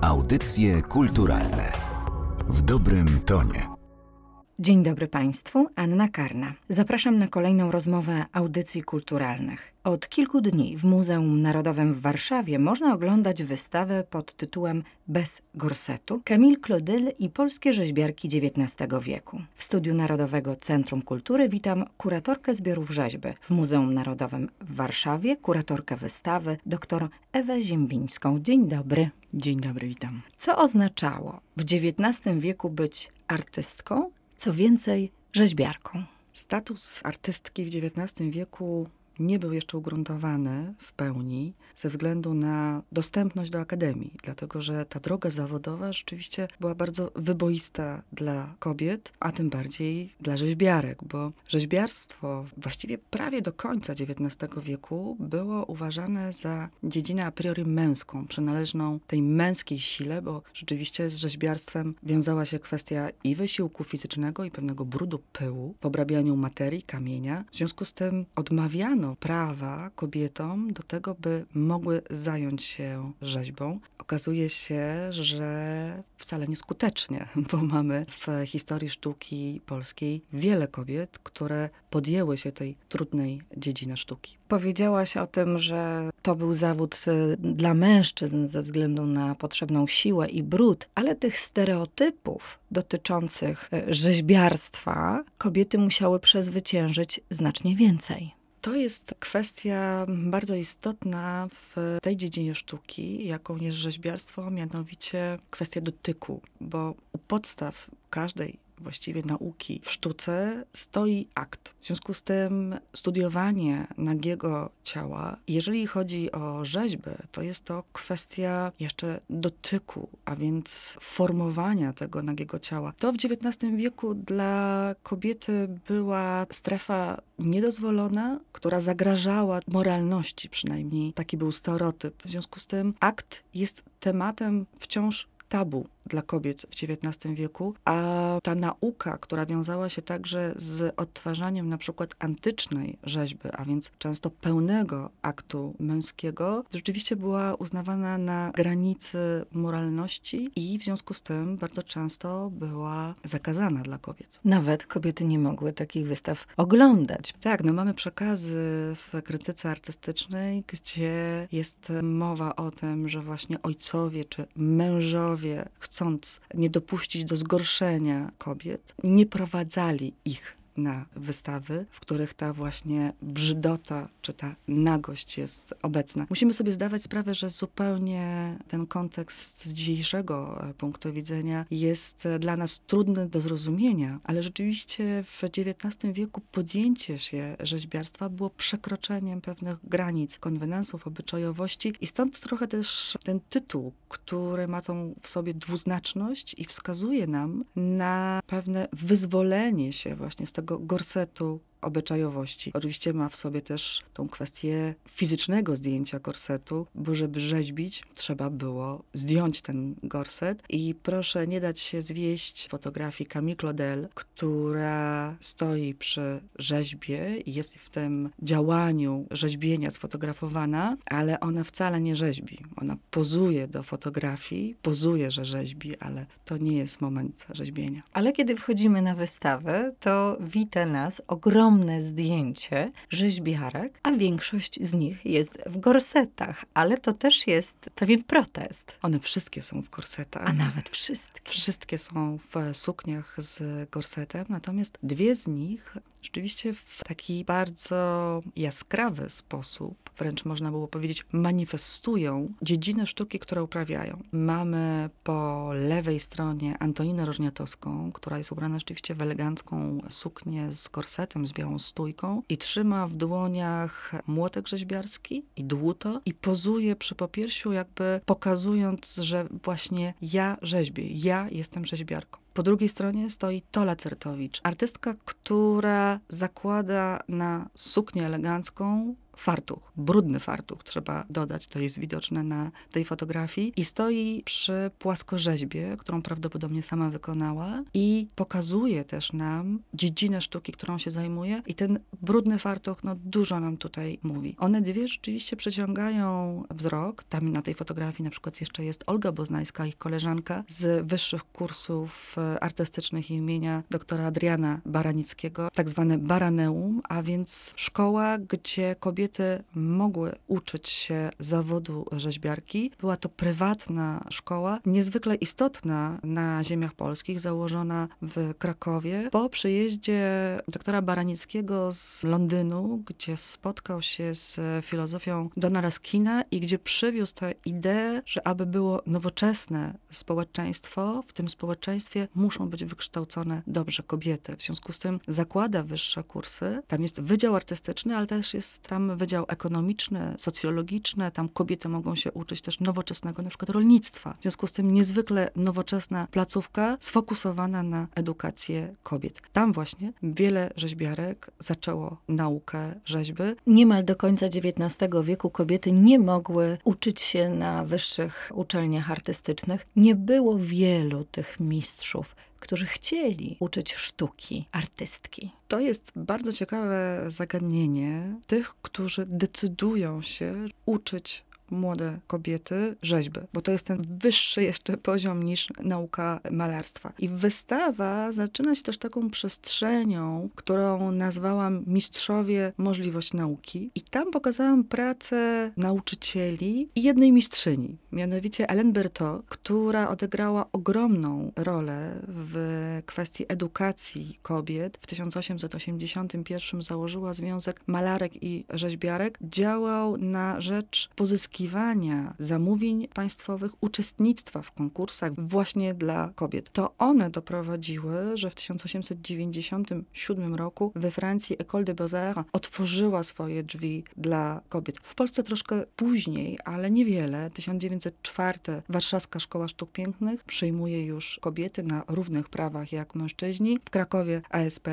Audycje kulturalne w dobrym tonie. Dzień dobry Państwu, Anna Karna. Zapraszam na kolejną rozmowę audycji kulturalnych. Od kilku dni w Muzeum Narodowym w Warszawie można oglądać wystawę pod tytułem Bez gorsetu Camille Claudel i polskie rzeźbiarki XIX wieku. W Studiu Narodowego Centrum Kultury witam kuratorkę zbiorów rzeźby w Muzeum Narodowym w Warszawie, kuratorkę wystawy, dr Ewę Ziembińską. Dzień dobry. Dzień dobry, witam. Co oznaczało w XIX wieku być artystką? Co więcej, rzeźbiarką. Status artystki w XIX wieku nie był jeszcze ugruntowany w pełni ze względu na dostępność do akademii, dlatego że ta droga zawodowa rzeczywiście była bardzo wyboista dla kobiet, a tym bardziej dla rzeźbiarek, bo rzeźbiarstwo właściwie prawie do końca XIX wieku było uważane za dziedzinę a priori męską, przynależną tej męskiej sile, bo rzeczywiście z rzeźbiarstwem wiązała się kwestia i wysiłku fizycznego, i pewnego brudu pyłu w obrabianiu materii, kamienia. W związku z tym odmawiano prawa kobietom do tego, by mogły zająć się rzeźbą. Okazuje się, że wcale nieskutecznie, bo mamy w historii sztuki polskiej wiele kobiet, które podjęły się tej trudnej dziedziny sztuki. Powiedziałaś o tym, że to był zawód dla mężczyzn ze względu na potrzebną siłę i brud, ale tych stereotypów dotyczących rzeźbiarstwa kobiety musiały przezwyciężyć znacznie więcej. To jest kwestia bardzo istotna w tej dziedzinie sztuki, jaką jest rzeźbiarstwo, mianowicie kwestia dotyku, bo u podstaw każdej właściwie nauki w sztuce stoi akt. W związku z tym studiowanie nagiego ciała, jeżeli chodzi o rzeźbę, to jest to kwestia jeszcze dotyku, a więc formowania tego nagiego ciała. To w XIX wieku dla kobiety była strefa niedozwolona, która zagrażała moralności, przynajmniej taki był stereotyp. W związku z tym akt jest tematem wciąż tabu dla kobiet w XIX wieku, a ta nauka, która wiązała się także z odtwarzaniem na przykład antycznej rzeźby, a więc często pełnego aktu męskiego, rzeczywiście była uznawana na granicy moralności i w związku z tym bardzo często była zakazana dla kobiet. Nawet kobiety nie mogły takich wystaw oglądać. Tak, mamy przekazy w krytyce artystycznej, gdzie jest mowa o tym, że właśnie ojcowie czy mężowie, chcąc nie dopuścić do zgorszenia kobiet, nie prowadzali ich na wystawy, w których ta właśnie brzydota czy ta nagość jest obecna. Musimy sobie zdawać sprawę, że zupełnie ten kontekst z dzisiejszego punktu widzenia jest dla nas trudny do zrozumienia, ale rzeczywiście w XIX wieku podjęcie się rzeźbiarstwa było przekroczeniem pewnych granic, konwenansów, obyczajowości i stąd trochę też ten tytuł, który ma tą w sobie dwuznaczność i wskazuje nam na pewne wyzwolenie się właśnie z tego gorsetu obyczajowości. Oczywiście ma w sobie też tą kwestię fizycznego zdjęcia gorsetu, bo żeby rzeźbić, trzeba było zdjąć ten gorset i proszę nie dać się zwieść fotografii Camille Claudel, która stoi przy rzeźbie i jest w tym działaniu rzeźbienia sfotografowana, ale ona wcale nie rzeźbi. Ona pozuje do fotografii, pozuje, że rzeźbi, ale to nie jest moment rzeźbienia. Ale kiedy wchodzimy na wystawę, to wita nas ogromne zdjęcie rzeźbiarek, a większość z nich jest w gorsetach, ale to też jest pewien protest. One wszystkie są w gorsetach. A nawet wszystkie. Wszystkie są w sukniach z gorsetem, natomiast dwie z nich rzeczywiście w taki bardzo jaskrawy sposób, wręcz można było powiedzieć, manifestują dziedzinę sztuki, które uprawiają. Mamy po lewej stronie Antoninę Rożniatowską, która jest ubrana rzeczywiście w elegancką suknię z gorsetem, z białą stójką i trzyma w dłoniach młotek rzeźbiarski i dłuto i pozuje przy popiersiu, jakby pokazując, że właśnie ja rzeźbię, ja jestem rzeźbiarką. Po drugiej stronie stoi Tola Certowicz, artystka, która zakłada na suknię elegancką fartuch, brudny fartuch, trzeba dodać, to jest widoczne na tej fotografii i stoi przy płaskorzeźbie, którą prawdopodobnie sama wykonała i pokazuje też nam dziedzinę sztuki, którą się zajmuje i ten brudny fartuch, dużo nam tutaj mówi. One dwie rzeczywiście przyciągają wzrok. Tam na tej fotografii na przykład jeszcze jest Olga Boznajska, ich koleżanka z wyższych kursów artystycznych imienia doktora Adriana Baranickiego, tak zwane Baraneum, a więc szkoła, gdzie kobiety mogły uczyć się zawodu rzeźbiarki. Była to prywatna szkoła, niezwykle istotna na ziemiach polskich, założona w Krakowie. Po przyjeździe doktora Baranickiego z Londynu, gdzie spotkał się z filozofią Johna Ruskina i gdzie przywiózł tę ideę, że aby było nowoczesne społeczeństwo, w tym społeczeństwie muszą być wykształcone dobrze kobiety. W związku z tym zakłada wyższe kursy. Tam jest wydział artystyczny, ale też jest tam wydział ekonomiczny, socjologiczny. Tam kobiety mogą się uczyć też nowoczesnego na przykład rolnictwa. W związku z tym niezwykle nowoczesna placówka sfokusowana na edukację kobiet. Tam właśnie wiele rzeźbiarek zaczęło naukę rzeźby. Niemal do końca XIX wieku kobiety nie mogły uczyć się na wyższych uczelniach artystycznych. Nie było wielu tych mistrzów, którzy chcieli uczyć sztuki, artystki. To jest bardzo ciekawe zagadnienie tych, którzy decydują się uczyć młode kobiety rzeźby, bo to jest ten wyższy jeszcze poziom niż nauka malarstwa. I wystawa zaczyna się też taką przestrzenią, którą nazwałam Mistrzowie możliwość nauki. I tam pokazałam pracę nauczycieli i jednej mistrzyni, mianowicie Hélène Berthoud, która odegrała ogromną rolę w kwestii edukacji kobiet. W 1881 założyła Związek Malarek i Rzeźbiarek. Działał na rzecz pozyskiwania zamówień państwowych, uczestnictwa w konkursach właśnie dla kobiet. To one doprowadziły, że w 1897 roku we Francji École des Beaux-Arts otworzyła swoje drzwi dla kobiet. W Polsce troszkę później, ale niewiele. 1904 Warszawska Szkoła Sztuk Pięknych przyjmuje już kobiety na równych prawach jak mężczyźni. W Krakowie ASP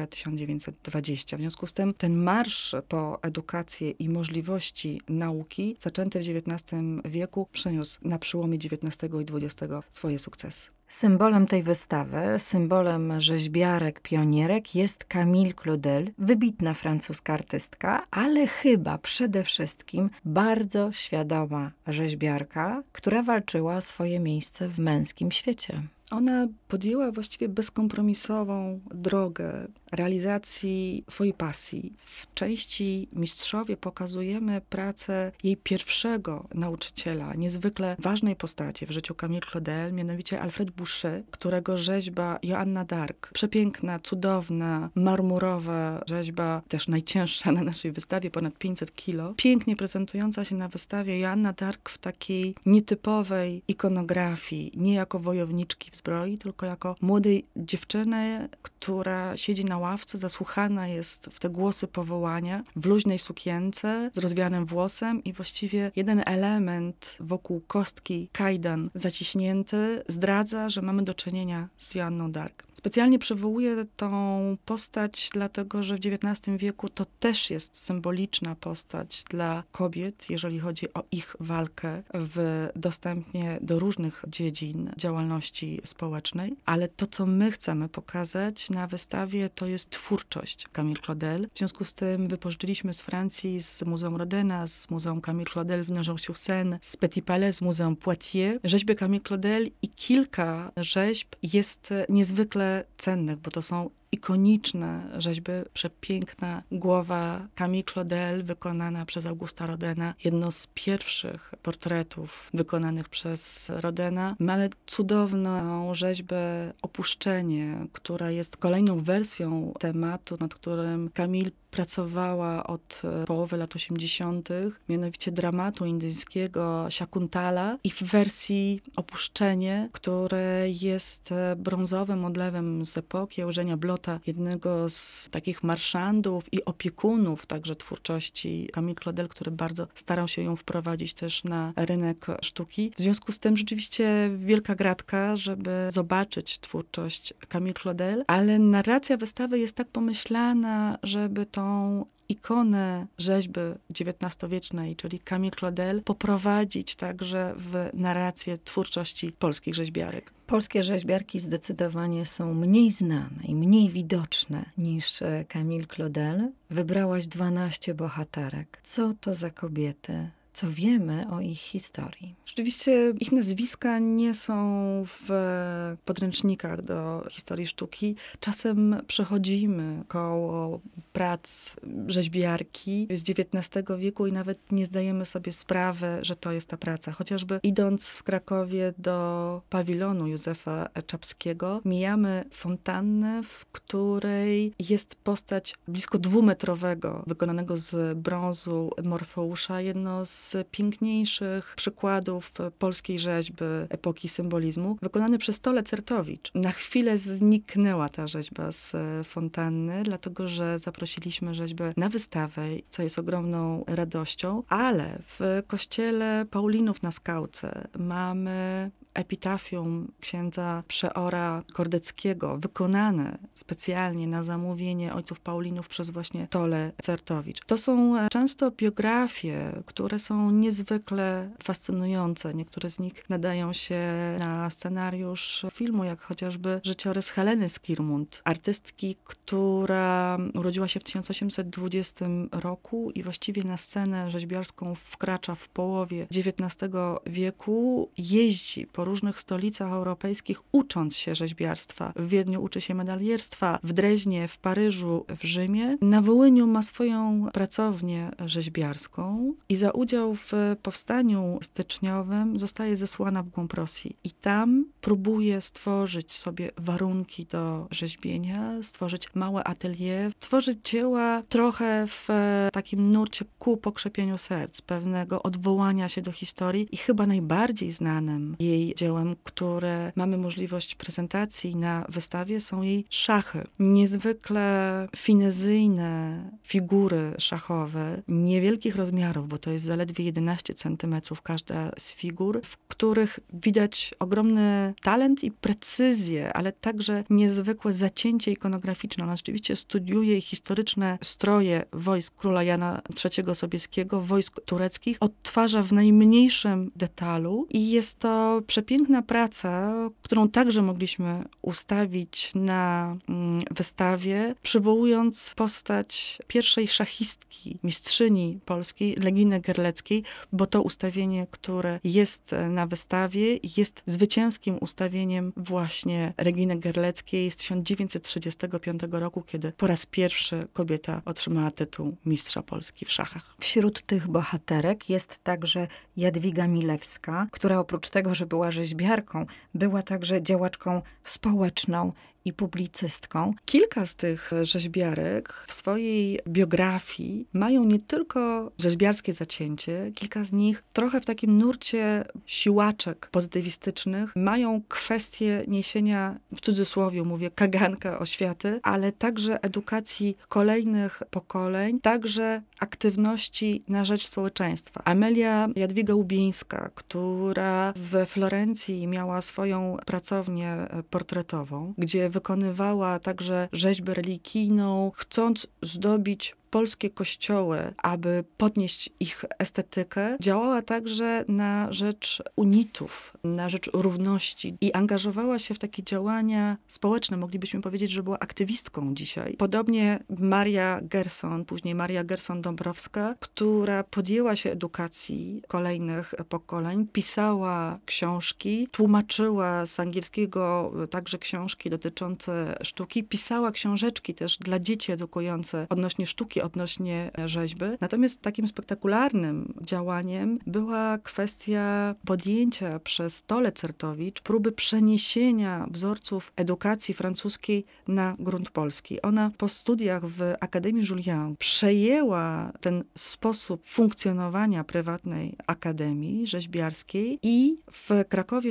1920. W związku z tym ten marsz po edukację i możliwości nauki zaczęty w XIX wieku przyniósł na przełomie XIX i XX swoje sukcesy. Symbolem tej wystawy, symbolem rzeźbiarek, pionierek jest Camille Claudel, wybitna francuska artystka, ale chyba przede wszystkim bardzo świadoma rzeźbiarka, która walczyła o swoje miejsce w męskim świecie. Ona podjęła właściwie bezkompromisową drogę realizacji swojej pasji. W części Mistrzowie pokazujemy pracę jej pierwszego nauczyciela, niezwykle ważnej postaci w życiu Camille Claudel, mianowicie Alfred Boucher, którego rzeźba Joanna d'Arc, przepiękna, cudowna, marmurowa rzeźba, też najcięższa na naszej wystawie, ponad 500 kilo, pięknie prezentująca się na wystawie Joanna d'Arc w takiej nietypowej ikonografii, nie jako wojowniczki w zbroi, tylko jako młodej dziewczyny, która siedzi na ławce, zasłuchana jest w te głosy powołania, w luźnej sukience, z rozwianym włosem i właściwie jeden element wokół kostki kajdan zaciśnięty zdradza, że mamy do czynienia z Joanną d'Arc. Specjalnie przywołuję tą postać, dlatego że w XIX wieku to też jest symboliczna postać dla kobiet, jeżeli chodzi o ich walkę w dostępie do różnych dziedzin działalności społecznej. Ale to, co my chcemy pokazać na wystawie, to jest twórczość Camille Claudel. W związku z tym wypożyczyliśmy z Francji, z Muzeum Rodena, z Muzeum Camille Claudel w Nogent-sur-Seine, z Petit Palais, z Muzeum Poitiers, rzeźby Camille Claudel i kilka rzeźb jest niezwykle cennych, bo to są ikoniczne rzeźby, przepiękna głowa Camille Claudel wykonana przez Augusta Rodena. Jedno z pierwszych portretów wykonanych przez Rodena. Mamy cudowną rzeźbę Opuszczenie, która jest kolejną wersją tematu, nad którym Camille pracowała od połowy lat 80., mianowicie dramatu indyjskiego Shakuntala i w wersji Opuszczenie, które jest brązowym odlewem z epoki Eugenia Blotta, jednego z takich marszandów i opiekunów także twórczości Camille Claudel, który bardzo starał się ją wprowadzić też na rynek sztuki. W związku z tym rzeczywiście wielka gratka, żeby zobaczyć twórczość Camille Claudel, ale narracja wystawy jest tak pomyślana, żeby tą ikonę rzeźby XIX-wiecznej, czyli Camille Claudel, poprowadzić także w narrację twórczości polskich rzeźbiarek. Polskie rzeźbiarki zdecydowanie są mniej znane i mniej widoczne niż Camille Claudel. Wybrałaś 12 bohaterek. Co to za kobiety? Co wiemy o ich historii? Rzeczywiście ich nazwiska nie są w podręcznikach do historii sztuki. Czasem przechodzimy koło prac rzeźbiarki z XIX wieku i nawet nie zdajemy sobie sprawy, że to jest ta praca. Chociażby idąc w Krakowie do pawilonu Józefa Czapskiego, mijamy fontannę, w której jest postać blisko 2-metrowego, wykonanego z brązu Morfeusza, jedno z piękniejszych przykładów polskiej rzeźby epoki symbolizmu, wykonany przez Tole Certowicz. Na chwilę zniknęła ta rzeźba z fontanny, dlatego że zaprosiliśmy rzeźbę na wystawę, co jest ogromną radością, ale w kościele Paulinów na Skałce mamy epitafium księdza przeora Kordeckiego, wykonane specjalnie na zamówienie ojców Paulinów przez właśnie Tole Certowicz. To są często biografie, które są niezwykle fascynujące. Niektóre z nich nadają się na scenariusz filmu, jak chociażby życiorys Heleny Skirmund, artystki, która urodziła się w 1820 roku i właściwie na scenę rzeźbiarską wkracza w połowie XIX wieku, jeździ po różnych stolicach europejskich, ucząc się rzeźbiarstwa. W Wiedniu uczy się medalierstwa, w Dreźnie, w Paryżu, w Rzymie. Na Wołyniu ma swoją pracownię rzeźbiarską i za udział w powstaniu styczniowym zostaje zesłana w głąb Rosji. I tam próbuje stworzyć sobie warunki do rzeźbienia, stworzyć małe atelier, tworzyć dzieła trochę w takim nurcie ku pokrzepieniu serc, pewnego odwołania się do historii i chyba najbardziej znanym jej dziełem, które mamy możliwość prezentacji na wystawie, są jej szachy. Niezwykle finezyjne figury szachowe, niewielkich rozmiarów, bo to jest zaledwie 11 centymetrów każda z figur, w których widać ogromny talent i precyzję, ale także niezwykłe zacięcie ikonograficzne. Ona rzeczywiście studiuje historyczne stroje wojsk króla Jana III Sobieskiego, wojsk tureckich, odtwarza w najmniejszym detalu i jest to przepiękna praca, którą także mogliśmy ustawić na wystawie, przywołując postać pierwszej szachistki, mistrzyni polskiej, Reginy Gerleckiej, bo to ustawienie, które jest na wystawie, jest zwycięskim ustawieniem właśnie Reginy Gerleckiej z 1935 roku, kiedy po raz pierwszy kobieta otrzymała tytuł mistrza Polski w szachach. Wśród tych bohaterek jest także Jadwiga Milewska, która oprócz tego, że była rzeźbiarką, była także działaczką społeczną i publicystką. Kilka z tych rzeźbiarek w swojej biografii mają nie tylko rzeźbiarskie zacięcie, kilka z nich trochę w takim nurcie siłaczek pozytywistycznych mają kwestię niesienia, w cudzysłowie mówię, kaganka oświaty, ale także edukacji kolejnych pokoleń, także aktywności na rzecz społeczeństwa. Amelia Jadwiga Łubieńska, która w Florencji miała swoją pracownię portretową, gdzie wykonywała także rzeźbę religijną, chcąc zdobić polskie kościoły, aby podnieść ich estetykę, działała także na rzecz unitów, na rzecz równości i angażowała się w takie działania społeczne. Moglibyśmy powiedzieć, że była aktywistką dzisiaj. Podobnie Maria Gerson, później Maria Gerson-Dąbrowska, która podjęła się edukacji kolejnych pokoleń, pisała książki, tłumaczyła z angielskiego także książki dotyczące sztuki, pisała książeczki też dla dzieci edukujące odnośnie sztuki, odnośnie rzeźby. Natomiast takim spektakularnym działaniem była kwestia podjęcia przez Tole Certowicz próby przeniesienia wzorców edukacji francuskiej na grunt polski. Ona po studiach w Akademii Julian przejęła ten sposób funkcjonowania prywatnej akademii rzeźbiarskiej i w Krakowie w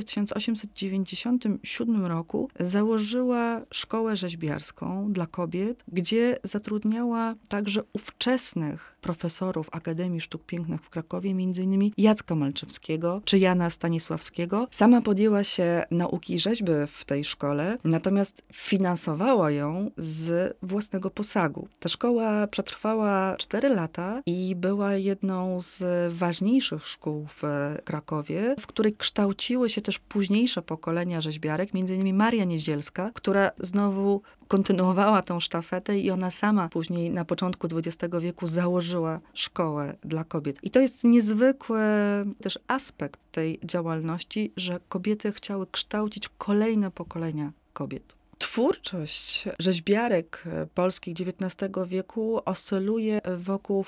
1897 roku założyła szkołę rzeźbiarską dla kobiet, gdzie zatrudniała także ówczesnych profesorów Akademii Sztuk Pięknych w Krakowie, m.in. Jacka Malczewskiego czy Jana Stanisławskiego. Sama podjęła się nauki rzeźby w tej szkole, natomiast finansowała ją z własnego posagu. Ta szkoła przetrwała 4 lata i była jedną z ważniejszych szkół w Krakowie, w której kształciły się też późniejsze pokolenia rzeźbiarek, m.in. Maria Niedzielska, która znowu kontynuowała tą sztafetę i ona sama później na początku XX wieku założyła szkołę dla kobiet. I to jest niezwykły też aspekt tej działalności, że kobiety chciały kształcić kolejne pokolenia kobiet. Twórczość rzeźbiarek polskich XIX wieku oscyluje wokół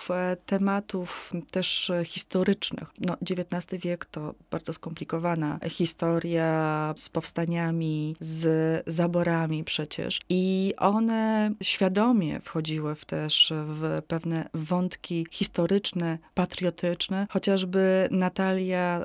tematów też historycznych. XIX wiek to bardzo skomplikowana historia z powstaniami, z zaborami przecież. I one świadomie wchodziły też w pewne wątki historyczne, patriotyczne. Chociażby Natalia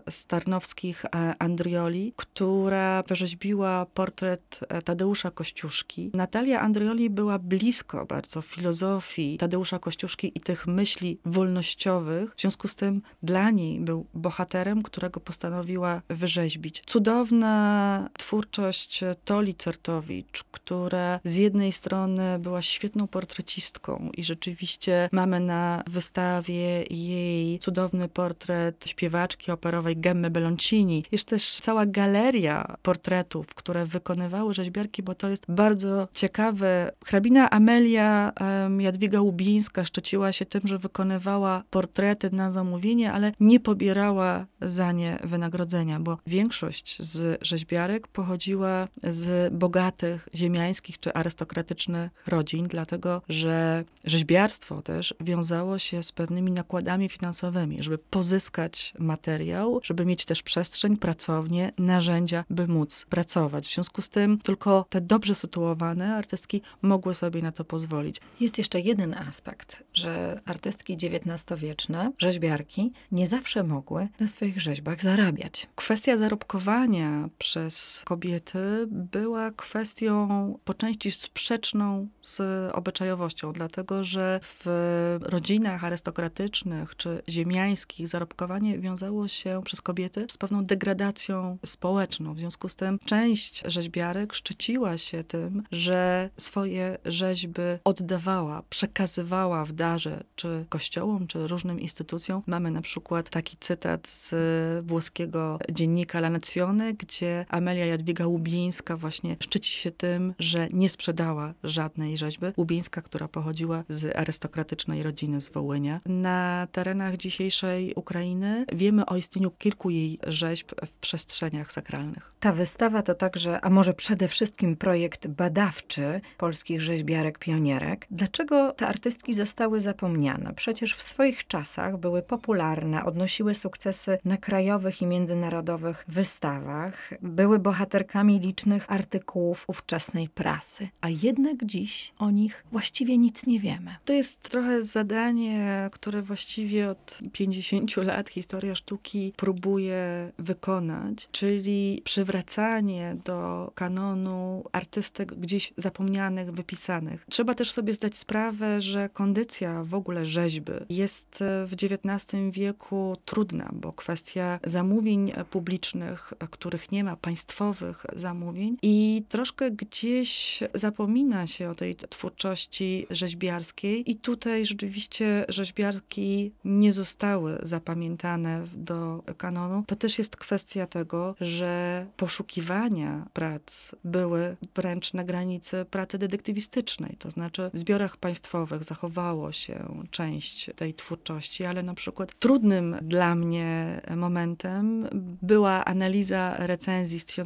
Starnowskich-Andrioli, która wyrzeźbiła portret Tadeusza Kościuszki. Natalia Andrioli była blisko bardzo filozofii Tadeusza Kościuszki i tych myśli wolnościowych. W związku z tym dla niej był bohaterem, którego postanowiła wyrzeźbić. Cudowna twórczość Toli Certowicz, która z jednej strony była świetną portrecistką i rzeczywiście mamy na wystawie jej cudowny portret śpiewaczki operowej Gemmy Beloncini. Jest też cała galeria portretów, które wykonywały rzeźbiarki, bo to jest bardzo ciekawe. Hrabina Amelia Jadwiga Łubińska szczyciła się tym, że wykonywała portrety na zamówienie, ale nie pobierała za nie wynagrodzenia, bo większość z rzeźbiarek pochodziła z bogatych, ziemiańskich czy arystokratycznych rodzin, dlatego że rzeźbiarstwo też wiązało się z pewnymi nakładami finansowymi, żeby pozyskać materiał, żeby mieć też przestrzeń, pracownię, narzędzia, by móc pracować. W związku z tym tylko te dobrze sytuowane artystki mogły sobie na to pozwolić. Jest jeszcze jeden aspekt, że artystki XIX-wieczne, rzeźbiarki, nie zawsze mogły na swoich rzeźbach zarabiać. Kwestia zarobkowania przez kobiety była kwestią po części sprzeczną z obyczajowością, dlatego że w rodzinach arystokratycznych czy ziemiańskich zarobkowanie wiązało się przez kobiety z pewną degradacją społeczną. W związku z tym część rzeźbiarek szczyciła się tym, że swoje rzeźby oddawała, przekazywała w darze czy kościołom, czy różnym instytucjom. Mamy na przykład taki cytat z włoskiego dziennika La Nazione, gdzie Amelia Jadwiga Łubińska właśnie szczyci się tym, że nie sprzedała żadnej rzeźby. Łubińska, która pochodziła z arystokratycznej rodziny z Wołynia. Na terenach dzisiejszej Ukrainy wiemy o istnieniu kilku jej rzeźb w przestrzeniach sakralnych. Ta wystawa to także, a może przede wszystkim projekt badawczy polskich rzeźbiarek pionierek. Dlaczego te artystki zostały zapomniane? Przecież w swoich czasach były popularne, odnosiły sukcesy na krajowych i międzynarodowych wystawach, były bohaterkami licznych artykułów ówczesnej prasy, a jednak dziś o nich właściwie nic nie wiemy. To jest trochę zadanie, które właściwie od 50 lat historia sztuki próbuje wykonać, czyli przywracanie do kanonu artystek gdzieś zapomnianych, wypisanych. Trzeba też sobie zdać sprawę, że kondycja w ogóle rzeźby jest w XIX wieku trudna, bo kwestia zamówień publicznych, których nie ma, państwowych zamówień i troszkę gdzieś zapomina się o tej twórczości rzeźbiarskiej i tutaj rzeczywiście rzeźbiarki nie zostały zapamiętane do kanonu. To też jest kwestia tego, że poszukiwania prac były wręcz na granicy pracy detektywistycznej. To znaczy w zbiorach państwowych zachowało się część tej twórczości, ale na przykład trudnym dla mnie momentem była analiza recenzji z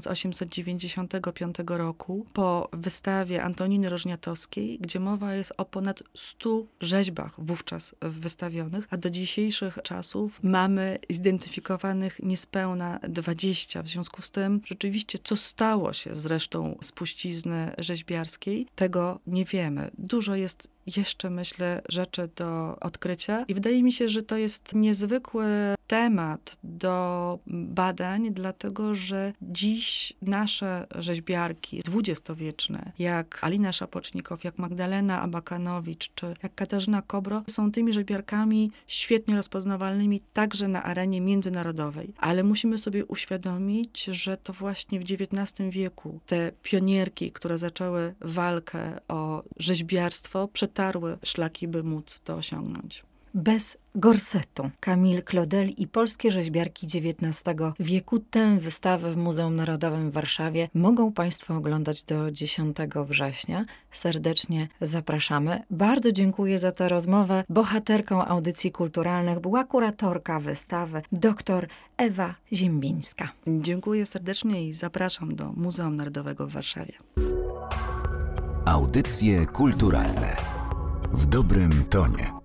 1895 roku po wystawie Antoniny Rożniatowskiej, gdzie mowa jest o ponad 100 rzeźbach wówczas wystawionych, a do dzisiejszych czasów mamy zidentyfikowanych niespełna 20. W związku z tym rzeczywiście, co stało się z resztą spuścizny rzeźbiarskiej, tego nie wiemy. Dużo jest jeszcze, myślę, rzeczy do odkrycia i wydaje mi się, że to jest niezwykły temat do badań, dlatego że dziś nasze rzeźbiarki dwudziestowieczne, jak Alina Szapocznikow, jak Magdalena Abakanowicz, czy jak Katarzyna Kobro, są tymi rzeźbiarkami świetnie rozpoznawalnymi także na arenie międzynarodowej. Ale musimy sobie uświadomić, że to właśnie w XIX wieku te pionierki, które zaczęły walkę o rzeźbiarstwo, przetarły szlaki, by móc to osiągnąć. Bez gorsetu. Camille Claudel i polskie rzeźbiarki XIX wieku. Tę wystawę w Muzeum Narodowym w Warszawie mogą Państwo oglądać do 10 września. Serdecznie zapraszamy. Bardzo dziękuję za tę rozmowę. Bohaterką audycji kulturalnych była kuratorka wystawy dr Ewa Ziembińska. Dziękuję serdecznie i zapraszam do Muzeum Narodowego w Warszawie. Audycje kulturalne w dobrym tonie.